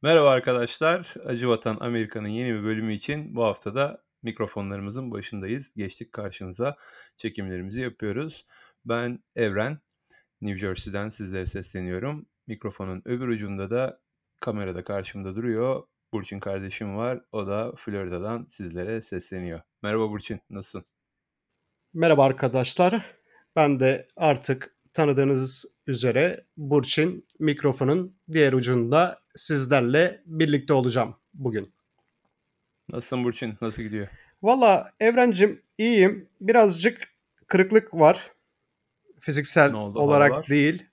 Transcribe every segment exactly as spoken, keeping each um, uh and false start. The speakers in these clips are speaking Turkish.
Merhaba arkadaşlar. Acı Vatan Amerika'nın yeni bir bölümü için bu hafta da mikrofonlarımızın başındayız. Geçtik karşınıza. Çekimlerimizi yapıyoruz. Ben Evren, New Jersey'den sizlere sesleniyorum. Mikrofonun öbür ucunda da kamerada karşımda duruyor. Burçin kardeşim var. O da Florida'dan sizlere sesleniyor. Merhaba Burçin, nasılsın? Merhaba arkadaşlar. Ben de artık tanıdığınız üzere Burçin mikrofonun diğer ucunda sizlerle birlikte olacağım bugün. Nasılsın Burçin? Nasıl gidiyor? Valla Evrencim iyiyim. Birazcık kırıklık var. Ne Fiziksel oldu olarak havalar? değil,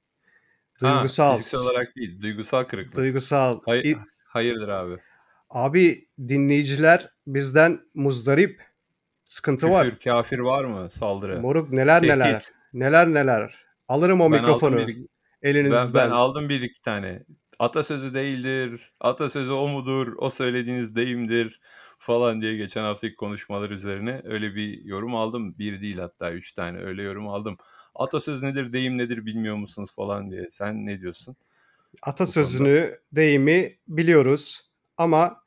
Ha, duygusal. fiziksel olarak değil, duygusal kırıklık. Duygusal. Hay İ- hayırdır abi? Abi dinleyiciler bizden muzdarip. Sıkıntı var. Küfür, kafir var mı? Saldırı, Moruk neler neler. tehdit. Neler neler. Alırım o Ben aldım mikrofonu bir ben ben elinizden. aldım bir iki tane. Atasözü değildir, atasözü o mudur, o söylediğiniz deyimdir falan diye geçen haftaki konuşmalar üzerine öyle bir yorum aldım. Bir değil hatta üç tane öyle yorum aldım. Atasöz nedir, deyim nedir bilmiyor musunuz falan diye. Sen ne diyorsun bu konuda? Atasözünü, deyimi biliyoruz ama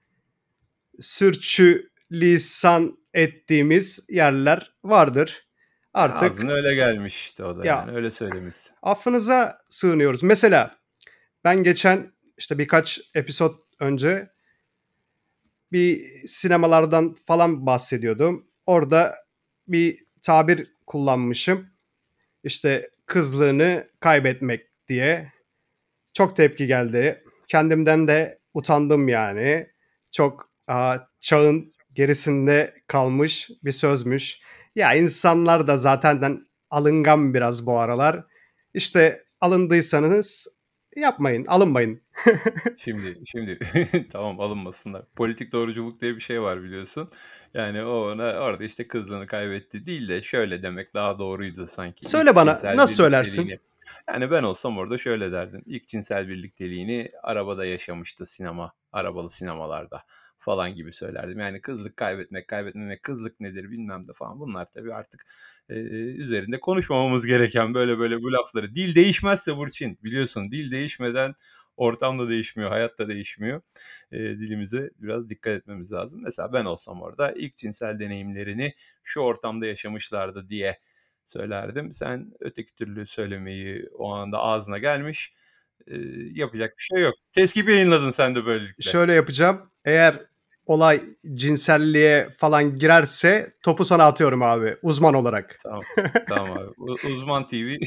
sürçü lisan ettiğimiz yerler vardır. Ya Artık ağzına öyle gelmiş işte o da yani ya öyle söylemişsin. affınıza sığınıyoruz. Mesela ben geçen işte birkaç episod önce bir sinemalardan falan bahsediyordum. Orada bir tabir kullanmışım. İşte kızlığını kaybetmek diye. Çok tepki geldi. Kendimden de utandım yani. Çok a, çağın gerisinde kalmış bir sözmüş. Ya insanlar da zaten alıngan biraz bu aralar. İşte alındıysanız yapmayın, alınmayın. Şimdi şimdi tamam alınmasınlar. Politik doğruculuk diye bir şey var biliyorsun. Yani o ona orada işte kızlığını kaybetti değil de şöyle demek daha doğruydu sanki. İlk Söyle bana, cinsel nasıl söylersin? birlikteliğini. Yani ben olsam orada şöyle derdim. İlk cinsel birlikteliğini arabada yaşamıştı sinema, arabalı sinemalarda falan gibi söylerdim. Yani kızlık kaybetmek, kaybetmemek, kızlık nedir bilmem de falan. Bunlar tabii artık e, üzerinde konuşmamamız gereken böyle böyle bu lafları. Dil değişmezse Burçin biliyorsun dil değişmeden ortam da değişmiyor, hayat da değişmiyor. Eee, dilimize biraz dikkat etmemiz lazım. Mesela ben olsam orada ilk cinsel deneyimlerini şu ortamda yaşamışlardı diye söylerdim. Sen öteki türlü söylemeyi o anda ağzına gelmiş. Eee, yapacak bir şey yok. Teskih yayınladın sen de böylelikle. Şöyle yapacağım. Eğer olay cinselliğe falan girerse topu sana atıyorum abi uzman olarak. Tamam. Tamam abi. U Uzman T V.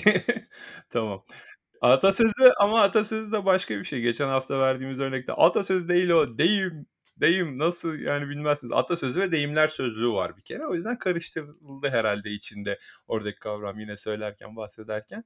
Tamam. Atasözü ama atasözü de başka bir şey. Geçen hafta verdiğimiz örnekte atasöz değil o, deyim. Deyim nasıl yani bilmezsiniz. Atasözü ve deyimler sözlüğü var bir kere. O yüzden karıştırıldı herhalde içinde oradaki kavram yine söylerken, bahsederken.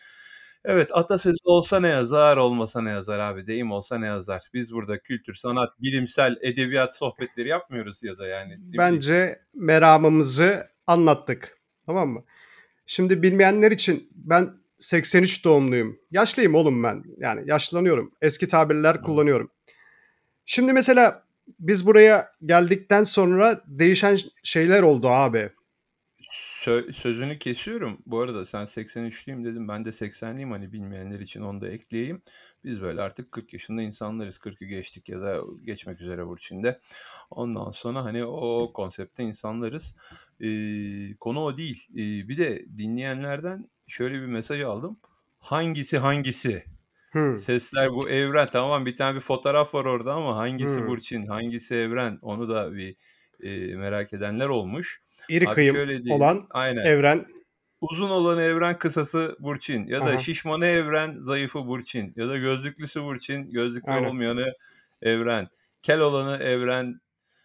Evet, atasözü olsa ne yazar, olmasa ne yazar abi. Deyim olsa ne yazar. Biz burada kültür, sanat, bilimsel, edebiyat sohbetleri yapmıyoruz ya da yani ne bileyim. Bence meramımızı anlattık. Tamam mı? Şimdi bilmeyenler için ben seksen üç doğumluyum. Yaşlıyım oğlum ben. Yani yaşlanıyorum. Eski tabirler Evet. kullanıyorum. Şimdi mesela biz buraya geldikten sonra değişen şeyler oldu abi. Sö sözünü kesiyorum. Bu arada sen seksen üçlüyüm dedin. Ben de seksenliyim. Hani bilmeyenler için onu da ekleyeyim. Biz böyle artık kırk yaşında insanlarız. kırkı geçtik ya da geçmek üzere Burçin'de. Ondan sonra hani o konseptte insanlarız. Eee, konu o değil. Eee, bir de dinleyenlerden şöyle bir mesaj aldım. Hangisi hangisi? Hmm, Sesler bu Evren. Tamam bir tane bir fotoğraf var orada ama hangisi hmm. Burçin, hangisi Evren? Onu da bir eee, merak edenler olmuş. İri Abi kıyım şöyle diyelim. olan Aynen. evren. Uzun olanı Evren, kısası Burçin ya da Aha, şişmanı Evren, zayıfı Burçin ya da gözlüklüsü Burçin, gözlüklü aynen. olmayanı Evren, kel olanı Evren,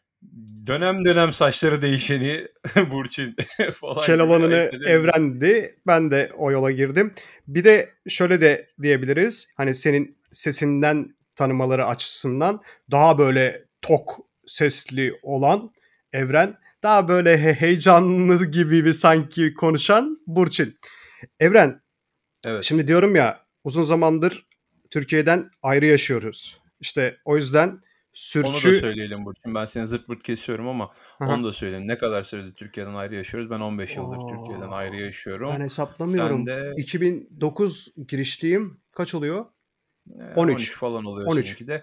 dönem dönem saçları değişeni Burçin falan gibi Keloğlan'ı ayırt edebiliriz. evrendi. Ben de o yola girdim. Bir de şöyle de diyebiliriz. Hani senin sesinden tanımaları açısından daha böyle tok sesli olan Evren. Daha böyle he- heyecanlı gibi bir sanki konuşan Burçin. Evren, Evet. şimdi diyorum ya uzun zamandır Türkiye'den ayrı yaşıyoruz. İşte o yüzden Onu da sürçü... söyleyelim Burçin. Ben seni zırt pırt kesiyorum ama onu Aha. da söyleyeyim. Ne kadar süredir Türkiye'den ayrı yaşıyoruz? Ben on beş yıldır Türkiye'den ayrı Oo, ben yaşıyorum. Sen hesaplamıyorum. de iki bin dokuz girişliyim. Kaç oluyor? Eee, on üç on üç. falan oluyor on üç. seninki de.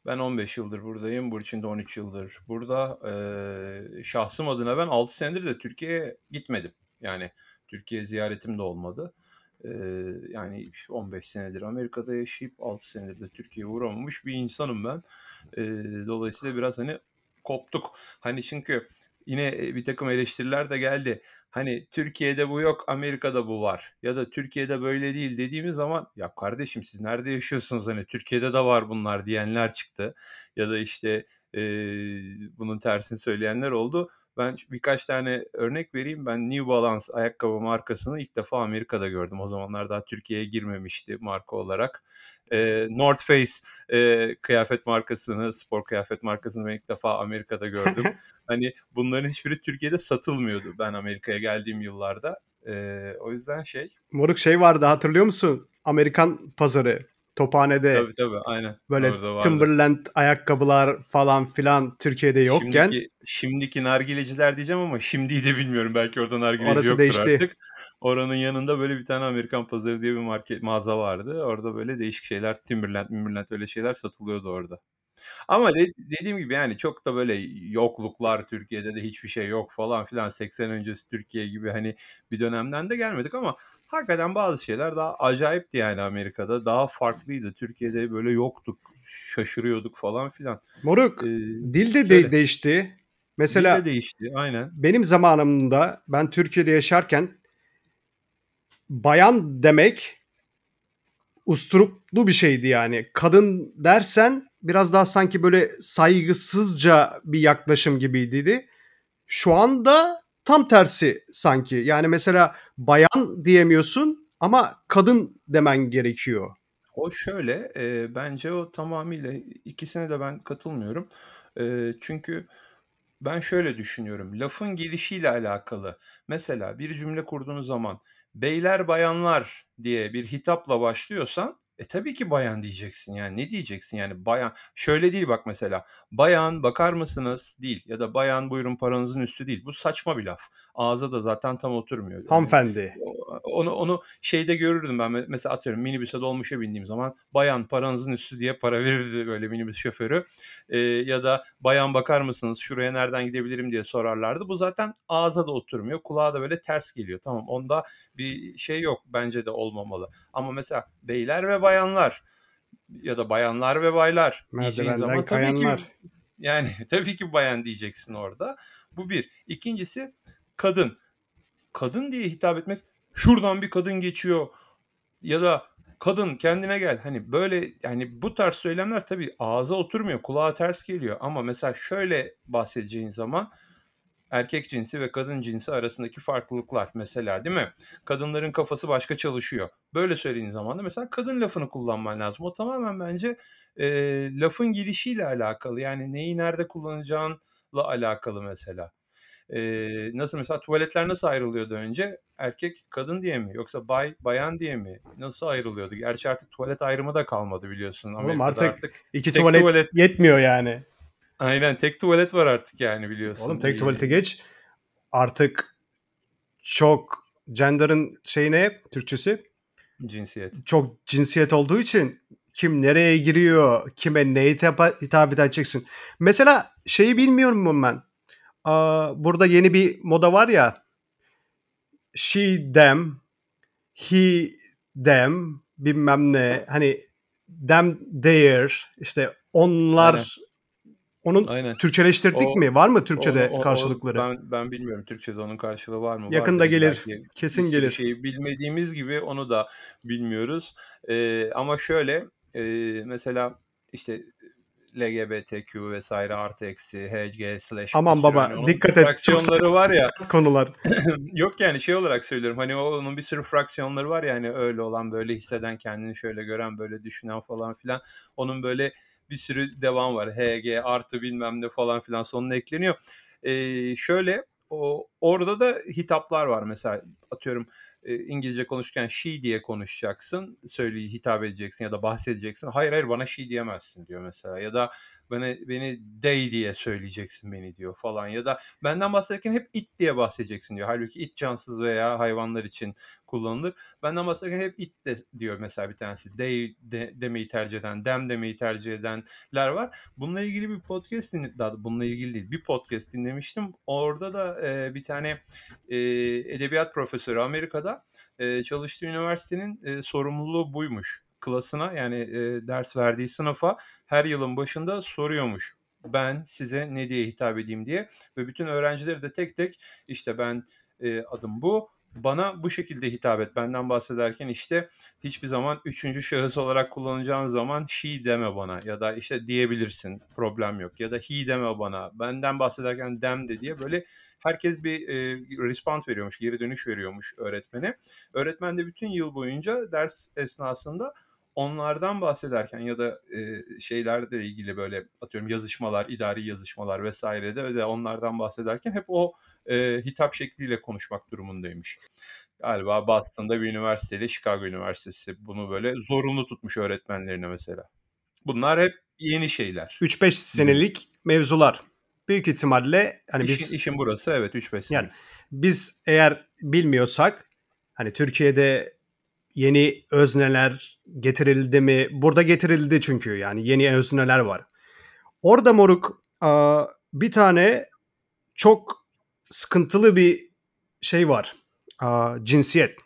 Ben on beş yıldır buradayım. Burçin de on üç yıldır burada. Eee, şahsım adına ben altı senedir de Türkiye'ye gitmedim. Yani Türkiye ziyaretim de olmadı. Eee, yani on beş senedir Amerika'da yaşayıp altı senedir de Türkiye'ye uğramamış bir insanım ben. Eee, dolayısıyla biraz hani koptuk. Hani çünkü yine bir takım eleştiriler de geldi. Hani Türkiye'de bu yok, Amerika'da bu var ya da Türkiye'de böyle değil dediğimiz zaman ya kardeşim siz nerede yaşıyorsunuz hani Türkiye'de de var bunlar diyenler çıktı. Ya da işte eee, bunun tersini söyleyenler oldu. Ben birkaç tane örnek vereyim. Ben New Balance ayakkabı markasını ilk defa Amerika'da gördüm. O zamanlar daha Türkiye'ye girmemişti marka olarak. Eee, North Face eee, kıyafet markasını, spor kıyafet markasını ben ilk defa Amerika'da gördüm. Hani bunların hiçbiri Türkiye'de satılmıyordu ben Amerika'ya geldiğim yıllarda. Eee, o yüzden şey Moruk şey vardı hatırlıyor musun? Amerikan pazarı. Tophane'de Tabii tabii aynen böyle orada vardı. Timberland ayakkabılar falan filan Türkiye'de yokken Şimdiki şimdiki nargileciler diyeceğim ama şimdiyi de bilmiyorum. Belki orada nargileci orası yoktur değişti. artık. Oranın yanında böyle bir tane Amerikan Pazarı diye bir market mağaza vardı. Orada böyle değişik şeyler Timberland, Mimberland öyle şeyler satılıyordu orada. Ama de dediğim gibi yani çok da böyle yokluklar, Türkiye'de de hiçbir şey yok falan filan seksen öncesi Türkiye gibi hani bir dönemden de gelmedik ama hakikaten bazı şeyler daha acayipti yani Amerika'da. Daha farklıydı. Türkiye'de böyle yoktuk, şaşırıyorduk falan filan. Moruk Eee, dil de de söyle. değişti. Dil de Mesela değişti. Aynen. benim zamanımda ben Türkiye'de yaşarken bayan demek usturuplu bir şeydi yani. Kadın dersen biraz daha sanki böyle saygısızca bir yaklaşım gibiydi. Şu anda tam tersi sanki. Yani mesela bayan diyemiyorsun ama kadın demen gerekiyor. O şöyle, eee, bence o tamamıyla ikisine de ben katılmıyorum. Eee, çünkü ben şöyle düşünüyorum, lafın gelişiyle alakalı. Mesela bir cümle kurduğun zaman "beyler, bayanlar" diye bir hitapla başlıyorsan, e, tabii ki bayan diyeceksin. Yani ne diyeceksin yani bayan şöyle değil bak mesela, "Bayan, bakar mısınız?" değil ya da "Bayan, buyurun paranızın üstü" değil. Bu saçma bir laf. Ağza da zaten tam oturmuyor. Yani Hanımefendi. o onu onu şeyde görürdüm ben me mesela atıyorum minibüse, dolmuşa bindiğim zaman "Bayan, paranızın üstü" diye para verirdi böyle minibüs şoförü. Eee, ya da "Bayan bakar mısınız, şuraya nereden gidebilirim?" diye sorarlardı. Bu zaten ağza da oturmuyor, kulağa da böyle ters geliyor. Tamam, onda bir şey yok, bence de olmamalı. Ama mesela beyler ve bayanlar ya da bayanlar ve baylar diyeceğin Merdivenden zaman tabii ki kayanlar. yani tabii ki bayan diyeceksin orada. Bu bir. ikincisi kadın. Kadın diye hitap etmek, "Şuradan bir kadın geçiyor." ya da "Kadın kendine gel." Hani, böyle, yani, bu tarz söylemler tabii ağza oturmuyor, kulağa ters geliyor ama mesela şöyle bahsedeceğin zaman erkek cinsi ve kadın cinsi arasındaki farklılıklar mesela, değil mi? Kadınların kafası başka çalışıyor. Böyle söylediğin zaman da mesela kadın lafını kullanman lazım. O tamamen bence, eee, lafın gelişiyle alakalı. Yani neyi nerede kullanacağınla alakalı mesela. Eee, nasıl mesela tuvaletler nasıl ayrılıyordu önce? Erkek, kadın diye mi yoksa bay, bayan diye mi? Nasıl ayrılıyordu? Gerçi artık tuvalet ayrımı da kalmadı biliyorsun. Oğlum Amerika'da artık artık iki tek tuvalet tuvalet. yetmiyor yani. Aynen, tek tuvalet var artık yani Oğlum biliyorsun. tek tuvalete İii, geç. Artık çok gender'ın şeyi ne Türkçesi? cinsiyet. Çok cinsiyet olduğu için kim nereye giriyor, kime ne hitap, hitap edeceksin. Mesela şeyi bilmiyorum ben. Aa, burada yeni bir moda var ya. She, them, he, them bilmem ne. Hani them, their işte Aynen, onlar onun aynen. Türkçeleştirdik O mi? Var mı onu Türkçede o o karşılıkları? ben ben bilmiyorum Türkçede onun karşılığı var mı? Vardır Yakında gelir. illaki. Bir Kesin sürü gelir. şeyi bilmediğimiz gibi onu da bilmiyoruz. Eee, ama şöyle, eee, mesela, işte, L G B T Q vesaire artı eksi H G slash bir Aman sürü baba hani onun dikkat et. Çok fraksiyonları var ya. sert konular. Yok yani şey olarak söylüyorum hani o onun bir sürü fraksiyonları var ya hani öyle olan, böyle hisseden, kendini şöyle gören, böyle düşünen falan filan. Onun böyle bir sürü devam var. H G artı bilmem ne falan filan sonuna ekleniyor. Eee, şöyle o orada da hitaplar var mesela atıyorum, eee, İngilizce konuşurken she diye konuşacaksın, söyle hitap edeceksin ya da bahsedeceksin. Hayır, hayır bana she diyemezsin diyor mesela ya da Beni, beni they diye söyleyeceksin beni diyor falan. Ya da benden bahsederken hep it diye bahsedeceksin diyor. Halbuki it cansız veya hayvanlar için kullanılır. Benden bahsederken hep it de diyor mesela bir tanesi. They de, demeyi tercih eden, them demeyi tercih edenler var. Bununla ilgili bir podcast dinledim. Daha bununla ilgili değil. Bir podcast dinlemiştim. Orada da e, bir tane e, edebiyat profesörü Amerika'da e, çalıştığı üniversitenin e, sorumluluğu buymuş. Klasına yani e, ders verdiği sınıfa her yılın başında soruyormuş. Ben size ne diye hitap edeyim diye ve bütün öğrencileri de tek tek işte ben e, adım bu. Bana bu şekilde hitap et. Benden bahsederken işte hiçbir zaman üçüncü şahıs olarak kullanacağın zaman she deme bana ya da işte diyebilirsin problem yok ya da he deme bana. Benden bahsederken them de diye böyle herkes bir e, response veriyormuş, geri dönüş veriyormuş öğretmene. Öğretmen de bütün yıl boyunca ders esnasında onlardan bahsederken ya da e, şeylerle ilgili böyle atıyorum yazışmalar, idari yazışmalar vesairede de onlardan bahsederken hep o e, hitap şekliyle konuşmak durumundaymış. Galiba Boston'da bir üniversiteyle Chicago Üniversitesi bunu böyle zorunlu tutmuş öğretmenlerine mesela. Bunlar hep yeni şeyler üç beş bizim senelik mevzular. Büyük ihtimalle hani işin, biz işin burası evet üç beş yani senelik. biz eğer bilmiyorsak hani Türkiye'de yeni özneler getirildi mi? Burada getirildi çünkü yani yeni özneler var. Orada moruk aa, bir tane çok sıkıntılı bir şey var. Aa, cinsiyet.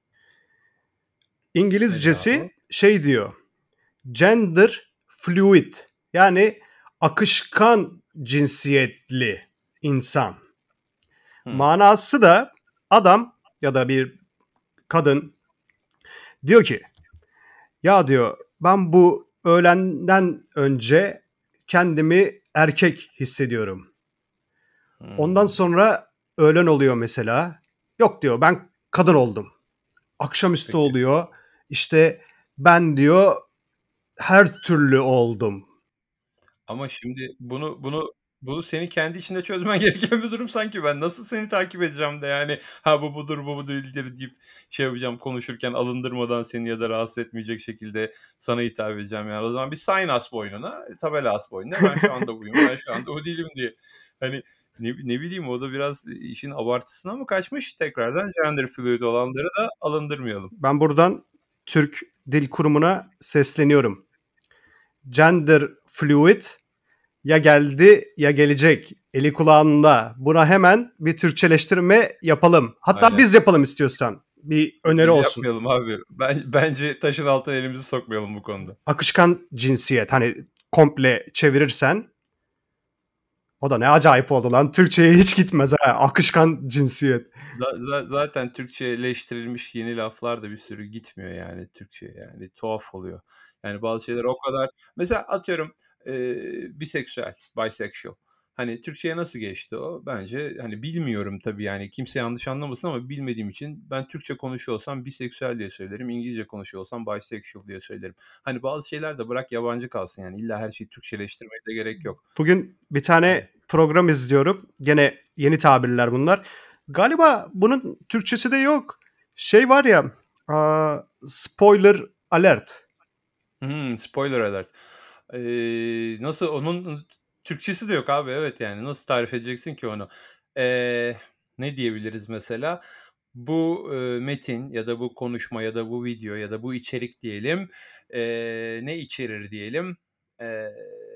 Nedir abi o? İngilizcesi şey diyor. Gender fluid. Yani akışkan cinsiyetli insan. Hmm. Manası da adam ya da bir kadın diyor ki ya diyor ben bu öğlenden önce kendimi erkek hissediyorum. Ondan Hmm. sonra öğlen oluyor mesela. Yok diyor ben kadın oldum. Akşamüstü Peki. oluyor. İşte ben diyor her türlü oldum. Ama şimdi bunu bunu bunu senin kendi içinde çözmen gereken bir durum sanki. Ben nasıl seni takip edeceğim de yani, ha bu budur, bu bu değildir deyip şey yapacağım, konuşurken alındırmadan seni ya da rahatsız etmeyecek şekilde sana hitap edeceğim yani. O zaman bir sign as boynuna, e, tabela as boynuna. Ben şu anda buyum, ben şu anda bu değilim diye. Hani ne, ne bileyim o da biraz işin abartısına mı kaçmış? Tekrardan gender fluid olanları da alındırmayalım. Ben buradan Türk Dil Kurumu'na sesleniyorum. Gender fluid ya geldi ya gelecek. Eli kulağında. Buna hemen bir Türkçeleştirme yapalım. Hatta Aynen. biz yapalım istiyorsan. Bir öneri Biz olsun. yapmayalım abi. Ben, bence taşın altına elimizi sokmayalım bu konuda. Akışkan cinsiyet hani komple çevirirsen o da ne acayip oldu lan. Türkçe'ye hiç gitmez ha. Akışkan cinsiyet. Z- z- zaten Türkçeleştirilmiş yeni laflar da bir sürü gitmiyor yani Türkçe yani tuhaf oluyor. Yani bazı şeyler o kadar mesela atıyorum e, biseksüel, bisexual. Hani Türkçe'ye nasıl geçti o? Bence hani bilmiyorum tabii yani kimse yanlış anlamasın ama bilmediğim için ben Türkçe konuşuyorsam biseksüel diye söylerim. İngilizce konuşuyorsam bisexual diye söylerim. Hani bazı şeyler de bırak yabancı kalsın yani illa her şeyi Türkçeleştirmeye de gerek yok. Bugün bir Hani tane program izliyorum. Gene yeni tabirler bunlar. Galiba bunun Türkçesi de yok. Şey var ya, aa, spoiler alert. Hımm, spoiler alert. Eee, nasıl onun Türkçesi de yok abi, evet, yani nasıl tarif edeceksin ki onu? Eee, ne diyebiliriz mesela? Bu, eee, metin ya da bu konuşma ya da bu video ya da bu içerik diyelim, eee, ne içerir diyelim? Eee,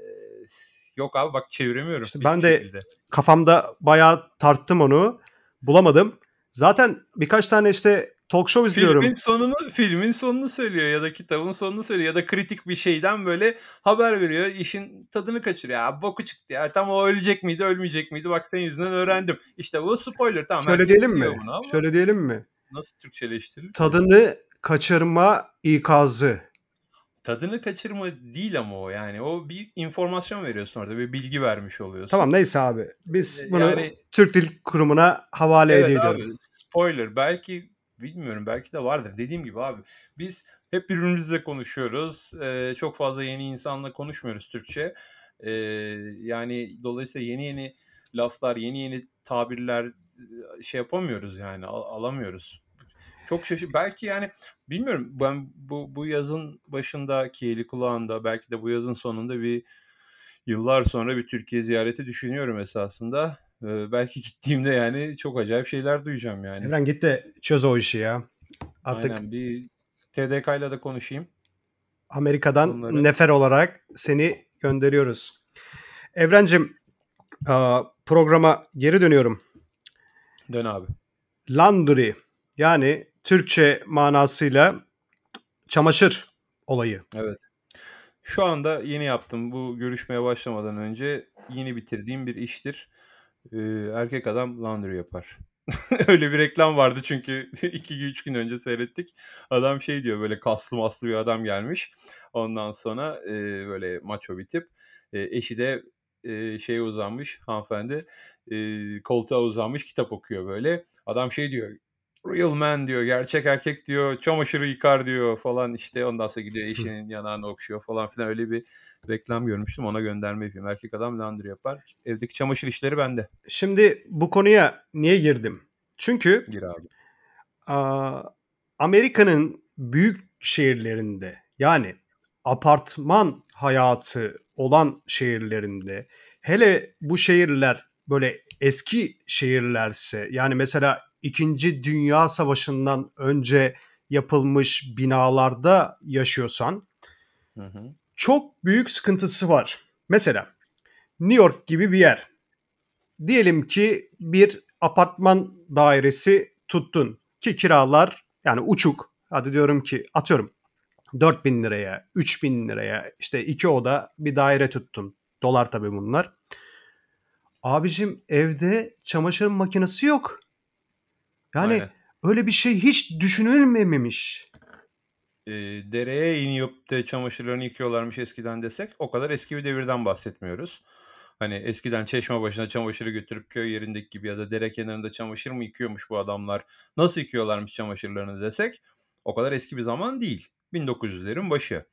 yok abi bak çeviremiyorum İşte hiçbir ben de şekilde. kafamda bayağı tarttım onu. Bulamadım. Zaten birkaç tane işte talk show Filmin izliyorum. sonunu filmin sonunu söylüyor ya da kitabın sonunu söylüyor ya da kritik bir şeyden böyle haber veriyor. İşin tadını kaçırıyor. Ya boku çıktı ya. Tam o ölecek miydi, ölmeyecek miydi? Bak senin yüzünden öğrendim. İşte bu spoiler. Tamam Şöyle herkes diyelim biliyor mi? bunu ama Şöyle diyelim mi? nasıl Türkçeleştirilir ki? Tadını kaçırma ikazı. Tadını kaçırma değil ama o yani. O bir informasyon veriyorsun orada. Bir bilgi vermiş oluyorsun. Tamam neyse abi. Eee, Biz bunu yani Türk Dil Kurumu'na havale evet abi ediyorum. spoiler belki bilmiyorum belki de vardır. Dediğim gibi abi biz hep birbirimizle konuşuyoruz. Eee, çok fazla yeni insanla konuşmuyoruz Türkçe. Eee, yani dolayısıyla yeni yeni laflar, yeni yeni tabirler eee, şey yapamıyoruz yani al- alamıyoruz. Çok şaşır. Belki yani bilmiyorum ben bu bu yazın başında ki eli kulağında belki de bu yazın sonunda bir Yıllar sonra bir Türkiye ziyareti düşünüyorum esasında. Eee, belki gittiğimde yani çok acayip şeyler duyacağım yani. Evren git de çöz o işi ya. Artık Aynen, bir T D K'yla da konuşayım Amerika'dan bunları. nefer olarak seni gönderiyoruz. Evrencim, aa, programa geri dönüyorum. Dön abi. Laundry, yani Türkçe manasıyla çamaşır olayı. Evet. Şu anda yeni yaptım. Bu görüşmeye başlamadan önce yeni bitirdiğim bir iştir. Eee, erkek adam laundry yapar. Öyle bir reklam vardı çünkü iki üç gün önce seyrettik. Adam şey diyor, böyle kaslı maslı bir adam gelmiş. Ondan sonra, eee, böyle maço bir tip. Eee, eşi de, eee, şeye uzanmış, hanımefendi, eee, koltuğa uzanmış kitap okuyor böyle. Adam şey diyor, "Real man" diyor, "gerçek erkek" diyor, "çamaşırı yıkar" diyor falan işte. Ondan sonra gidiyor Hı. eşinin yanağını okşuyor falan filan. Öyle bir reklam görmüştüm. Ona gönderme yapayım. Erkek adam laundry yapar. Evdeki çamaşır işleri bende. Şimdi bu konuya niye girdim? Çünkü Gir abi. aa, Amerika'nın büyük şehirlerinde, yani apartman hayatı olan şehirlerinde, hele bu şehirler böyle eski şehirlerse, yani mesela İkinci Dünya Savaşı'ndan önce yapılmış binalarda yaşıyorsan, Hı hı. çok büyük sıkıntısı var. Mesela New York gibi bir yer. Diyelim ki bir apartman dairesi tuttun ki kiralar yani uçuk. Hadi diyorum ki, atıyorum, dört bin liraya, üç bin liraya işte iki oda bir daire tuttun. Dolar tabii bunlar. Abicim, evde çamaşır makinesi yok. Yani Aynen. öyle bir şey hiç düşünülmemiş. Eee, dereye iniyop de çamaşırlarını yıkıyorlarmış eskiden desek, o kadar eski bir devirden bahsetmiyoruz. Hani eskiden çeşme başına çamaşırı götürüp köy yerindeki gibi ya da dere kenarında çamaşır mı yıkıyormuş bu adamlar, nasıl yıkıyorlarmış çamaşırlarını desek, o kadar eski bir zaman değil. bin dokuz yüzlerin başı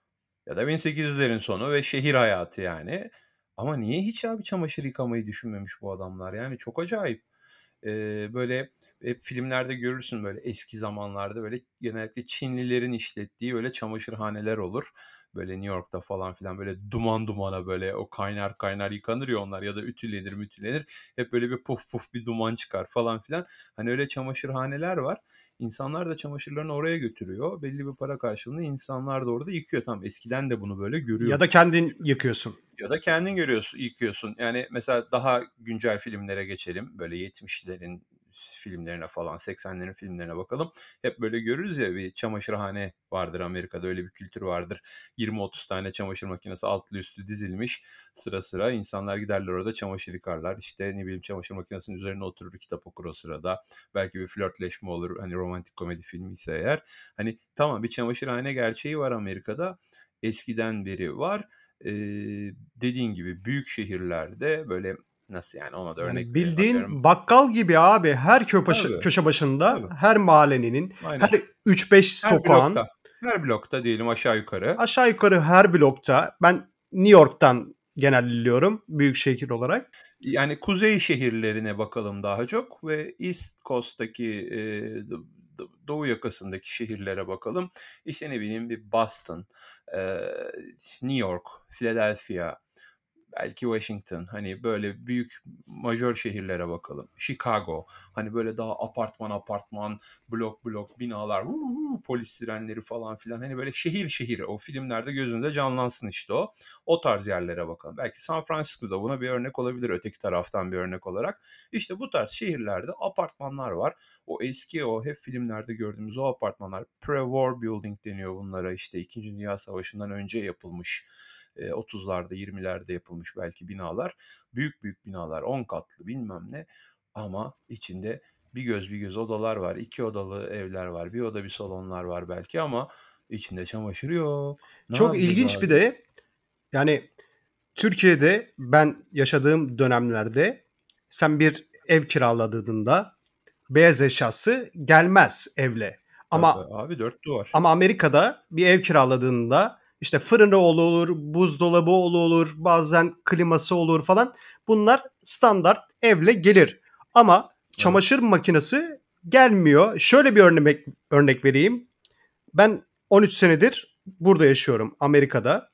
ya da bin sekiz yüzlerin sonu ve şehir hayatı yani. Ama niye hiç abi çamaşır yıkamayı düşünmemiş bu adamlar? Yani çok acayip. Eee, böyle hep filmlerde görürsün, böyle eski zamanlarda böyle genellikle Çinlilerin işlettiği böyle çamaşırhaneler olur. Böyle New York'ta falan filan, böyle duman dumana, böyle o kaynar kaynar yıkanır ya onlar, ya da ütülenir mütülenir. Hep böyle bir puf puf bir duman çıkar falan filan. Hani öyle çamaşırhaneler var. İnsanlar da çamaşırlarını oraya götürüyor. Belli bir para karşılığında insanlar da orada yıkıyor. Tamam, eskiden de bunu böyle Ya da görüyorduk. kendin yıkıyorsun. Ya da kendin görüyorsun, yıkıyorsun. Yani mesela daha güncel filmlere geçelim. Böyle yetmişlerin filmlerine falan, seksenlerin filmlerine bakalım. Hep böyle görürüz ya, bir çamaşırhane vardır Amerika'da, öyle bir kültür vardır. yirmi otuz tane çamaşır makinesi altlı üstü dizilmiş sıra sıra. İnsanlar giderler orada çamaşır yıkarlar. İşte ne bileyim, çamaşır makinesinin üzerine oturur, kitap okur o sırada. Belki bir flörtleşme olur. Hani romantik komedi filmi ise eğer. Hani tamam, bir çamaşırhane gerçeği var Amerika'da. Eskiden beri var. Eee, dediğin gibi büyük şehirlerde böyle, nasıl yani, ona da örnek Yani verelim. Atıyorum. bildiğin bakkal gibi abi, her köşe, Tabii, köşe başında, tabii. her mahallenin, Aynen. her üç beş Her sokağın, blokta, her blokta diyelim aşağı yukarı. aşağı yukarı her blokta, ben New York'tan genelliyorum büyük şehir olarak. Yani kuzey şehirlerine bakalım daha çok ve East Coast'taki, eee, do do doğu yakasındaki şehirlere bakalım. İşte ne bileyim, bir Boston, eee, New York, Philadelphia, belki Washington, hani böyle büyük majör şehirlere bakalım. Chicago, hani böyle daha apartman apartman, blok blok binalar, "Vuu, vuu", polis sirenleri falan filan. Hani böyle şehir şehir, o filmlerde gözünüzde canlansın işte o. O tarz yerlere bakalım. Belki San Francisco'da buna bir örnek olabilir, öteki taraftan bir örnek olarak. İşte bu tarz şehirlerde apartmanlar var. O eski, o hep filmlerde gördüğümüz o apartmanlar, pre-war building deniyor bunlara, işte İkinci Dünya Savaşı'ndan önce yapılmış, eee, otuzlarda yirmilerde yapılmış belki binalar. Büyük büyük binalar, on katlı bilmem ne, ama içinde bir göz bir göz odalar var. iki odalı evler var. Bir oda bir salonlar var belki, ama içinde çamaşır yok. Ne Çok yapacağız ilginç bir abi? de, yani Türkiye'de ben yaşadığım dönemlerde sen bir ev kiraladığında beyaz eşyası gelmez evle. Tabii Ama abi, dört duvar. Ama Amerika'da bir ev kiraladığında işte fırını olur, buzdolabı olur, bazen kliması olur falan. Bunlar standart evle gelir. Ama Evet. çamaşır makinesi gelmiyor. Şöyle bir örnek örnek vereyim. Ben on üç senedir burada yaşıyorum, Amerika'da.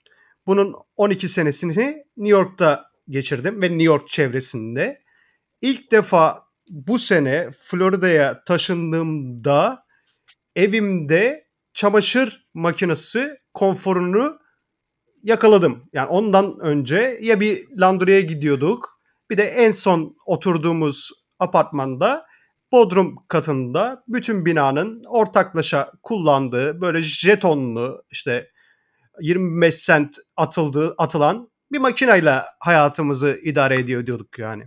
Bunun on iki senesini New York'ta geçirdim ve New York çevresinde. İlk defa bu sene Florida'ya taşındığımda evimde çamaşır makinesi konforunu yakaladım. Yani ondan önce ya bir laundry'e gidiyorduk. Bir de en son oturduğumuz apartmanda bodrum katında bütün binanın ortaklaşa kullandığı böyle jetonlu işte yirmi beş sent atıldığı atılan bir makineyle hayatımızı idare ediyor diyorduk yani.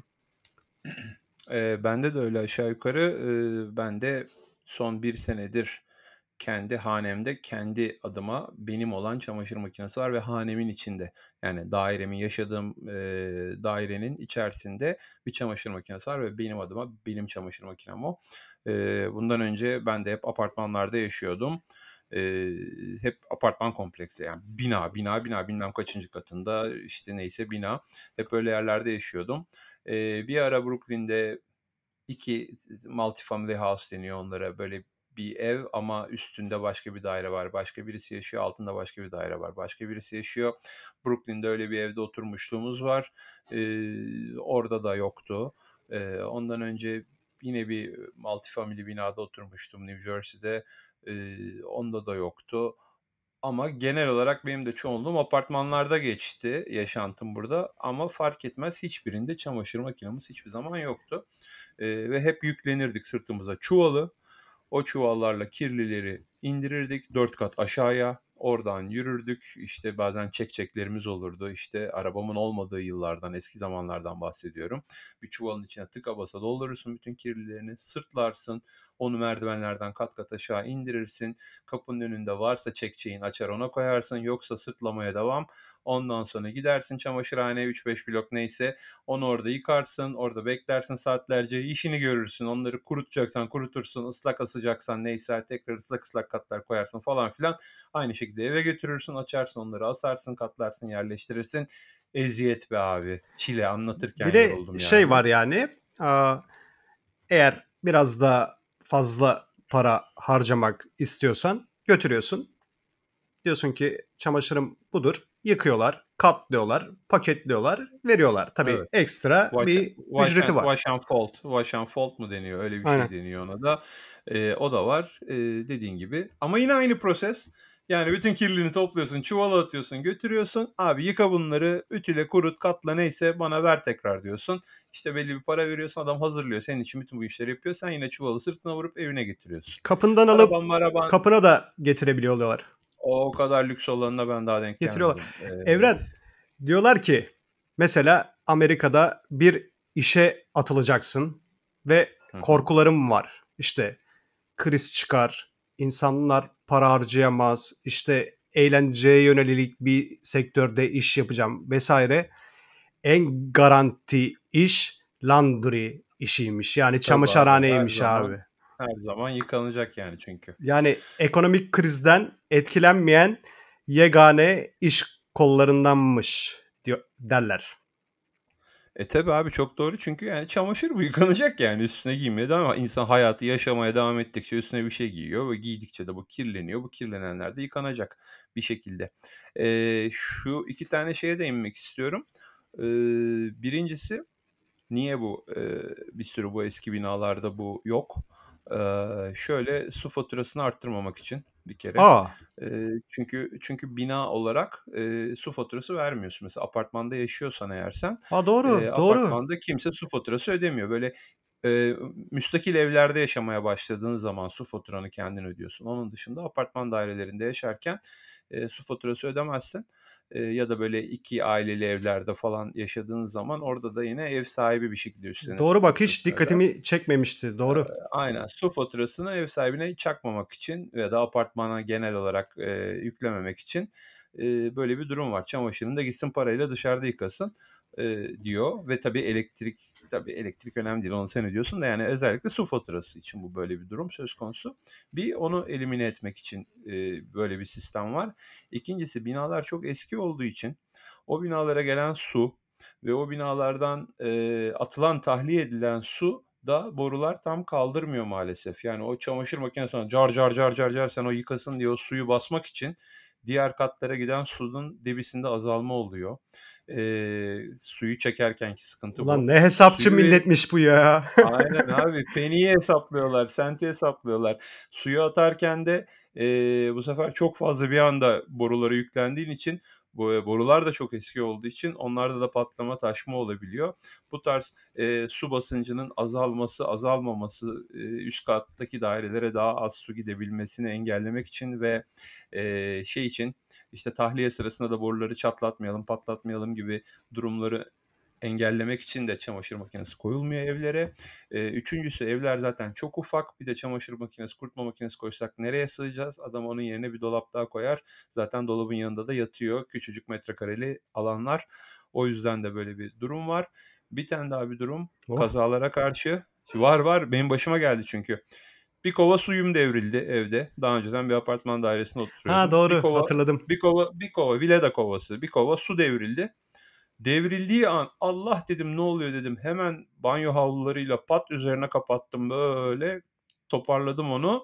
Eee, bende de öyle aşağı yukarı. Eee, ben de son bir senedir kendi hanemde kendi adıma benim olan çamaşır makinesi var ve hanemin içinde. Yani dairemin yaşadığım eee, dairenin içerisinde bir çamaşır makinesi var ve benim adıma benim çamaşır makinem o. Eee, bundan önce ben de hep apartmanlarda yaşıyordum. Eee, hep apartman kompleksi yani bina bina bina bilmem kaçıncı katında işte neyse bina. Hep öyle yerlerde yaşıyordum. Eee, bir ara Brooklyn'de iki multifamily house deniyor onlara. Böyle bir ev ama üstünde başka bir daire var. Başka birisi yaşıyor, altında başka bir daire var. Başka birisi yaşıyor. Brooklyn'de öyle bir evde oturmuşluğumuz var. Eee, orada da yoktu. Eee, ondan önce yine bir multifamily binada oturmuştum New Jersey'de. Eee, onda da yoktu. Ama genel olarak benim de çoğunluğum apartmanlarda geçti yaşantım burada ama fark etmez hiçbirinde çamaşır makinemiz hiçbir zaman yoktu. Eee, ve hep yüklenirdik sırtımıza çuvalı. O çuvallarla kirlileri indirirdik dört kat aşağıya. Oradan yürürdük. İşte bazen çekçeklerimiz olurdu. İşte arabamın olmadığı yıllardan, eski zamanlardan bahsediyorum. Bir çuvalın içine tıka basa doldurursun bütün kirlilerini, sırtlarsın. Onu merdivenlerden kat kat aşağı indirirsin. Kapının önünde varsa çekçeğin açar ona koyarsın. Yoksa sırtlamaya devam. Ondan sonra gidersin çamaşırhaneye üç beş blok neyse. Onu orada yıkarsın. Orada beklersin saatlerce. İşini görürsün. Onları kurutacaksan kurutursun. Islak asacaksan neyse tekrar ıslak ıslak katlar koyarsın falan filan. Aynı şekilde eve götürürsün. Açarsın onları asarsın katlarsın yerleştirirsin. Eziyet be abi. Çile anlatırken Bir de yoruldum şey yani. var yani eğer biraz da fazla para harcamak istiyorsan götürüyorsun. Diyorsun ki çamaşırım budur. Yıkıyorlar, katlıyorlar, paketliyorlar, veriyorlar. Tabii Evet. ekstra Wash bir wash and ücreti var. wash and fold. Wash and fold mu deniyor? Öyle bir şey Aynen. deniyor ona da. Eee, o da var, eee, dediğin gibi. Ama yine aynı proses. Yani bütün kirliliğini topluyorsun, çuvala atıyorsun, götürüyorsun. Abi yıka bunları, ütüle, kurut, katla neyse bana ver tekrar diyorsun. İşte belli bir para veriyorsun, adam hazırlıyor. Senin için bütün bu işleri yapıyor. Sen yine çuvalı sırtına vurup evine getiriyorsun. Kapından alıp Araban maraban kapına da getirebiliyorlar. o o kadar lüks olanına ben daha denk Getiriyorlar. gelmedim. Eee Evren diyorlar ki mesela Amerika'da bir işe atılacaksın ve Hı hı. korkularım var. İşte kriz çıkar, insanlar para harcayamaz, işte eğlenceye yönelik bir sektörde iş yapacağım vesaire. En garanti iş laundry işiymiş. Yani Tabii abi, her çamaşırhaneymiş abi. zaman her zaman yıkanacak yani çünkü. Yani ekonomik krizden etkilenmeyen yegane iş kollarındanmış diyor derler. E tabii abi çok doğru çünkü yani çamaşır bu yıkanacak yani üstüne giymeye devam ama insan hayatı yaşamaya devam ettikçe üstüne bir şey giyiyor ve giydikçe de bu kirleniyor. Bu kirlenenler de yıkanacak bir şekilde. Eee, şu iki tane şeye değinmek istiyorum. Eee, birincisi niye bu, eee, bir sürü bu eski binalarda bu yok? Eee, şöyle, su faturasını arttırmamak için bir kere. Aa, Eee, çünkü çünkü bina olarak, eee, su faturası vermiyorsun. Mesela apartmanda yaşıyorsan eğer sen, ha eee, doğru, doğru. apartmanda kimse su faturası ödemiyor. Böyle, eee, müstakil evlerde yaşamaya başladığın zaman su faturanı kendin ödüyorsun. Onun dışında apartman dairelerinde yaşarken, eee, su faturası ödemezsin. Eee, ya da böyle iki aileli evlerde falan yaşadığın zaman orada da yine ev sahibi bir şekilde üstlerine su Doğru bak hiç faturasını öder. dikkatimi çekmemişti. Doğru. Aynen. Su faturasını ev sahibine çakmamak için ya da apartmana genel olarak, eee, yüklememek için, eee, böyle bir durum var. Çamaşırını da gitsin parayla dışarıda yıkasın, eee, diyor ve tabii elektrik tabii elektrik önemli değil, onu sen ödüyorsun da yani özellikle su faturası için bu böyle bir durum söz konusu. Bir, onu elimine etmek için, eee, böyle bir sistem var. İkincisi binalar çok eski olduğu için o binalara gelen su ve o binalardan, eee, atılan, tahliye edilen su da borular tam kaldırmıyor maalesef. Yani o çamaşır makinesine car car car car car sen o yıkasın diye o suyu basmak için diğer katlara giden suyun debisinde azalma oluyor. Eee, suyu çekerkenki sıkıntı Ulan bu. ne hesapçı Suyu veri milletmiş bu ya. Aynen abi. Penny'yi hesaplıyorlar, senti hesaplıyorlar. Suyu atarken de, eee, bu sefer çok fazla bir anda borulara yüklendiğin için, bu borular da çok eski olduğu için onlarda da patlama, taşma olabiliyor. Bu tarz, eee, su basıncının azalması, azalmaması, eee, üst kattaki dairelere daha az su gidebilmesini engellemek için ve, eee, şey için, işte, tahliye sırasında da boruları çatlatmayalım, patlatmayalım gibi durumları engellemek için de çamaşır makinesi koyulmuyor evlere. Eee, üçüncüsü evler zaten çok ufak. Bir de çamaşır makinesi, kurutma makinesi koysak nereye sığacağız? Adam onun yerine bir dolap daha koyar. Zaten dolabın yanında da yatıyor küçücük metrekareli alanlar. O yüzden de böyle bir durum var. Bir tane daha bir durum Oh. kazalara karşı. Var var benim başıma geldi çünkü. Bir kova suyum devrildi evde. Daha önceden bir apartman dairesinde Ha, oturuyordum. Bir doğru, kova hatırladım. bir kova bir kova Vileda kovası, bir kova su devrildi. Devrildiği an Allah dedim ne oluyor dedim. Hemen banyo havlularıyla pat üzerine kapattım böyle. Toparladım onu.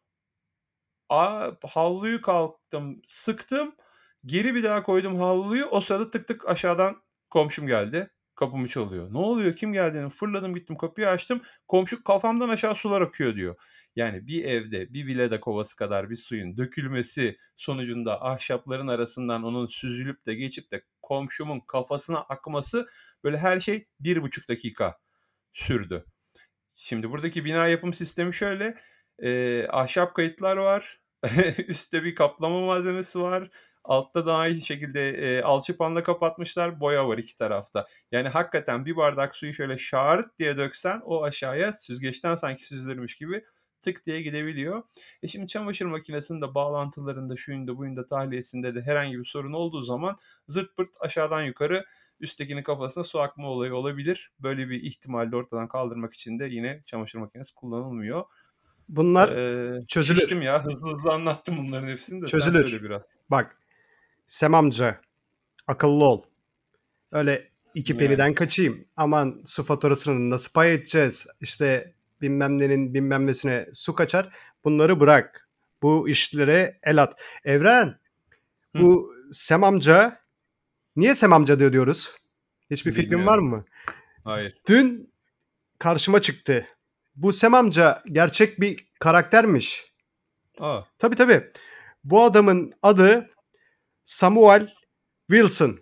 A havluyu kalktım, sıktım. Geri bir daha koydum havluyu. O sırada tık tık aşağıdan komşum geldi. Kapımı çalıyor. "Ne oluyor? Kim geldi?" dedim. Fırladım gittim kapıyı açtım. Komşu "Kafamdan aşağı sular akıyor." diyor. Yani bir evde bir Vileda kovası kadar bir suyun dökülmesi sonucunda ahşapların arasından onun süzülüp de geçip de komşumun kafasına akması böyle her şey bir buçuk dakika sürdü. Şimdi buradaki bina yapım sistemi şöyle, eee, ahşap kayıtlar var. Üstte bir kaplama malzemesi var. Altta da aynı şekilde, eee, alçıpanla kapatmışlar. Boya var iki tarafta. Yani hakikaten bir bardak suyu şöyle şarıt diye döksen o aşağıya süzgeçten sanki süzülürmüş gibi tık diye gidebiliyor. E, şimdi çamaşır makinesinin de bağlantılarında, şuyunda buyunda, tahliyesinde de herhangi bir sorun olduğu zaman zırt pırt aşağıdan yukarı üsttekinin kafasına su akma olayı olabilir. Böyle bir ihtimali de ortadan kaldırmak için de yine çamaşır makinesi kullanılmıyor. Bunlar Eee, çözülür. şiştim ya. Hızlı hızlı anlattım bunların hepsini de sen Çözülür. söyle biraz. Bak, Sem amca, akıllı ol. Öyle iki Yani. peniden kaçayım. Aman su faturasını nasıl pay edeceğiz? İşte bilmem nenin bilmem nesine su kaçar. Bunları bırak. Bu işlere el at. Evren, Hıh, bu Sem amca, niye Sem amca diyor diyoruz? Hiçbir fikrin var bilmiyorum. mı? Hayır. Dün karşıma çıktı. Bu Sem amca gerçek bir karaktermiş. A! Tabii tabii. Bu adamın adı Samuel Wilson.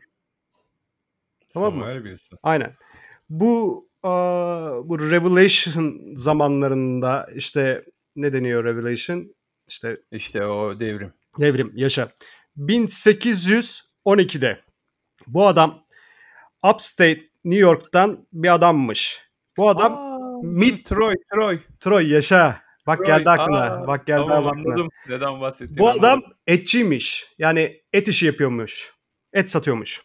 Tamam mı? Samuel Wilson. Aynen. Bu aa, bu Revelation zamanlarında işte ne deniyor Revelation? İşte İşte o devrim. devrim yaşa. bin sekiz yüz on ikide bu adam Upstate New York'tan bir adammış. Bu adam A! Mid Troy, Troy, Troy yaşa. Bak Troy. geldi aklına. A! Bak geldi Tamam aklına. anladım. Neden bahsettiğini Bu adam anladım. etçiymiş. Yani et işi yapıyormuş. Et satıyormuş.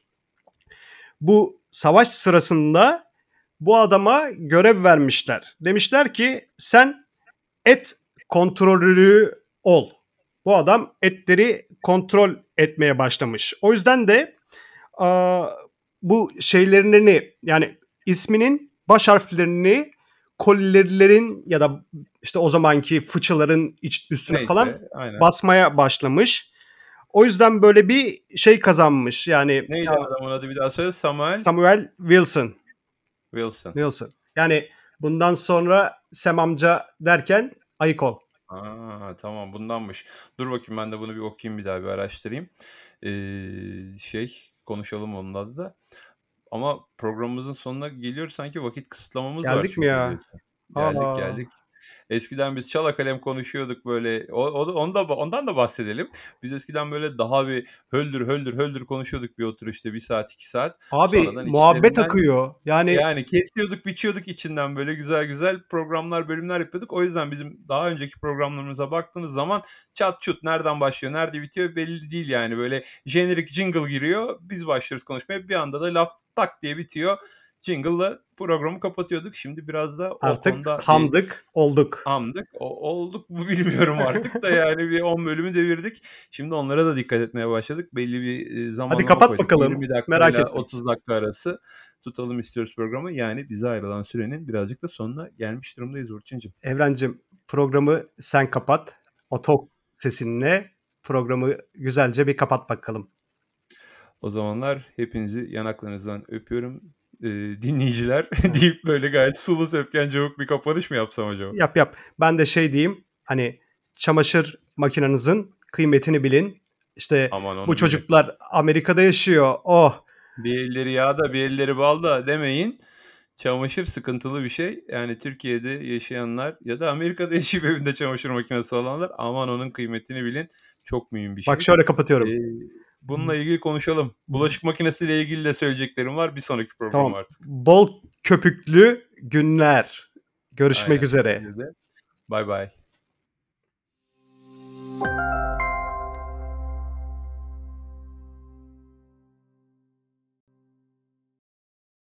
Bu savaş sırasında bu adama görev vermişler. Demişler ki sen et kontrolörü ol. Bu adam etleri kontrol etmeye başlamış. O yüzden de aa, bu şeylerini yani isminin baş harflerini kolilerin ya da işte o zamanki fıçıların iç, üstüne falan Neyse, aynen. basmaya başlamış. O yüzden böyle bir şey kazanmış. Yani Neydi adamın adı bir daha söyle? Samuel Samuel Wilson. Wilson. Wilson. Yani bundan sonra Sem amca derken ayık ol. A! Tamam bundanmış. Dur bakayım ben de bunu bir okuyayım bir daha bir araştırayım. Eee, şey, konuşalım onun adı da. Ama programımızın sonuna geliyoruz. Sanki vakit kısıtlamamız var Geldik mi çünkü ya? biliyorsun. Geldik, Aa. geldik. Eskiden biz çala kalem konuşuyorduk böyle. O o da onu da ondan da bahsedelim. Biz eskiden böyle daha bir höldür höldür höldür konuşuyorduk bir oturuşta bir saat, iki saat. Abi Sonradan muhabbet içlerinden akıyor. Yani yani kesiyorduk, biçiyorduk içinden böyle güzel güzel programlar, bölümler yapıyorduk. O yüzden bizim daha önceki programlarımıza baktığınız zaman çat çut nereden başlıyor, nerede bitiyor belli değil yani. Böyle jenerik jingle giriyor. Biz başlıyoruz konuşmaya. Bir anda da laf tak diye bitiyor. Jingle'la programı kapatıyorduk. Şimdi biraz da o artık konuda bir hamdık, olduk. hamdık. O, olduk mu bilmiyorum artık da yani bir on bölümü devirdik. Şimdi onlara da dikkat etmeye başladık. Belli bir e, Hadi zamanlama kapat koyduk. bakalım. yirmi dakika Merak ile ettim. otuz dakika arası tutalım istiyoruz programı. Yani bize ayrılan sürenin birazcık da sonuna gelmiş durumdayız Burçin'cim. Evrencim programı sen kapat. O tok sesinle. programı güzelce bir kapat bakalım. O zamanlar hepinizi yanaklarınızdan öpüyorum. Ee, dinleyiciler deyip böyle gayet sulu sepken cıvık bir kapanış mı yapsam acaba? Yap yap. Ben de şey diyeyim. Hani çamaşır makinenizin kıymetini bilin. İşte Aman bu onu bilin. çocuklar Amerika'da yaşıyor. Oh. Bir elleri yağda bir elleri balda demeyin. Çamaşır sıkıntılı bir şey. Yani Türkiye'de yaşayanlar ya da Amerika'da yaşayıp evinde çamaşır makinesi olanlar aman onun kıymetini bilin. Çok mühim bir Bak şey. şöyle Ee, kapatıyorum. bununla ilgili konuşalım. Bulaşık makinesiyle ilgili de söyleyeceklerim var. Bir sonraki program Tamam. artık. Bol köpüklü günler. Görüşmek Aynen. üzere. Size de. Bay bay.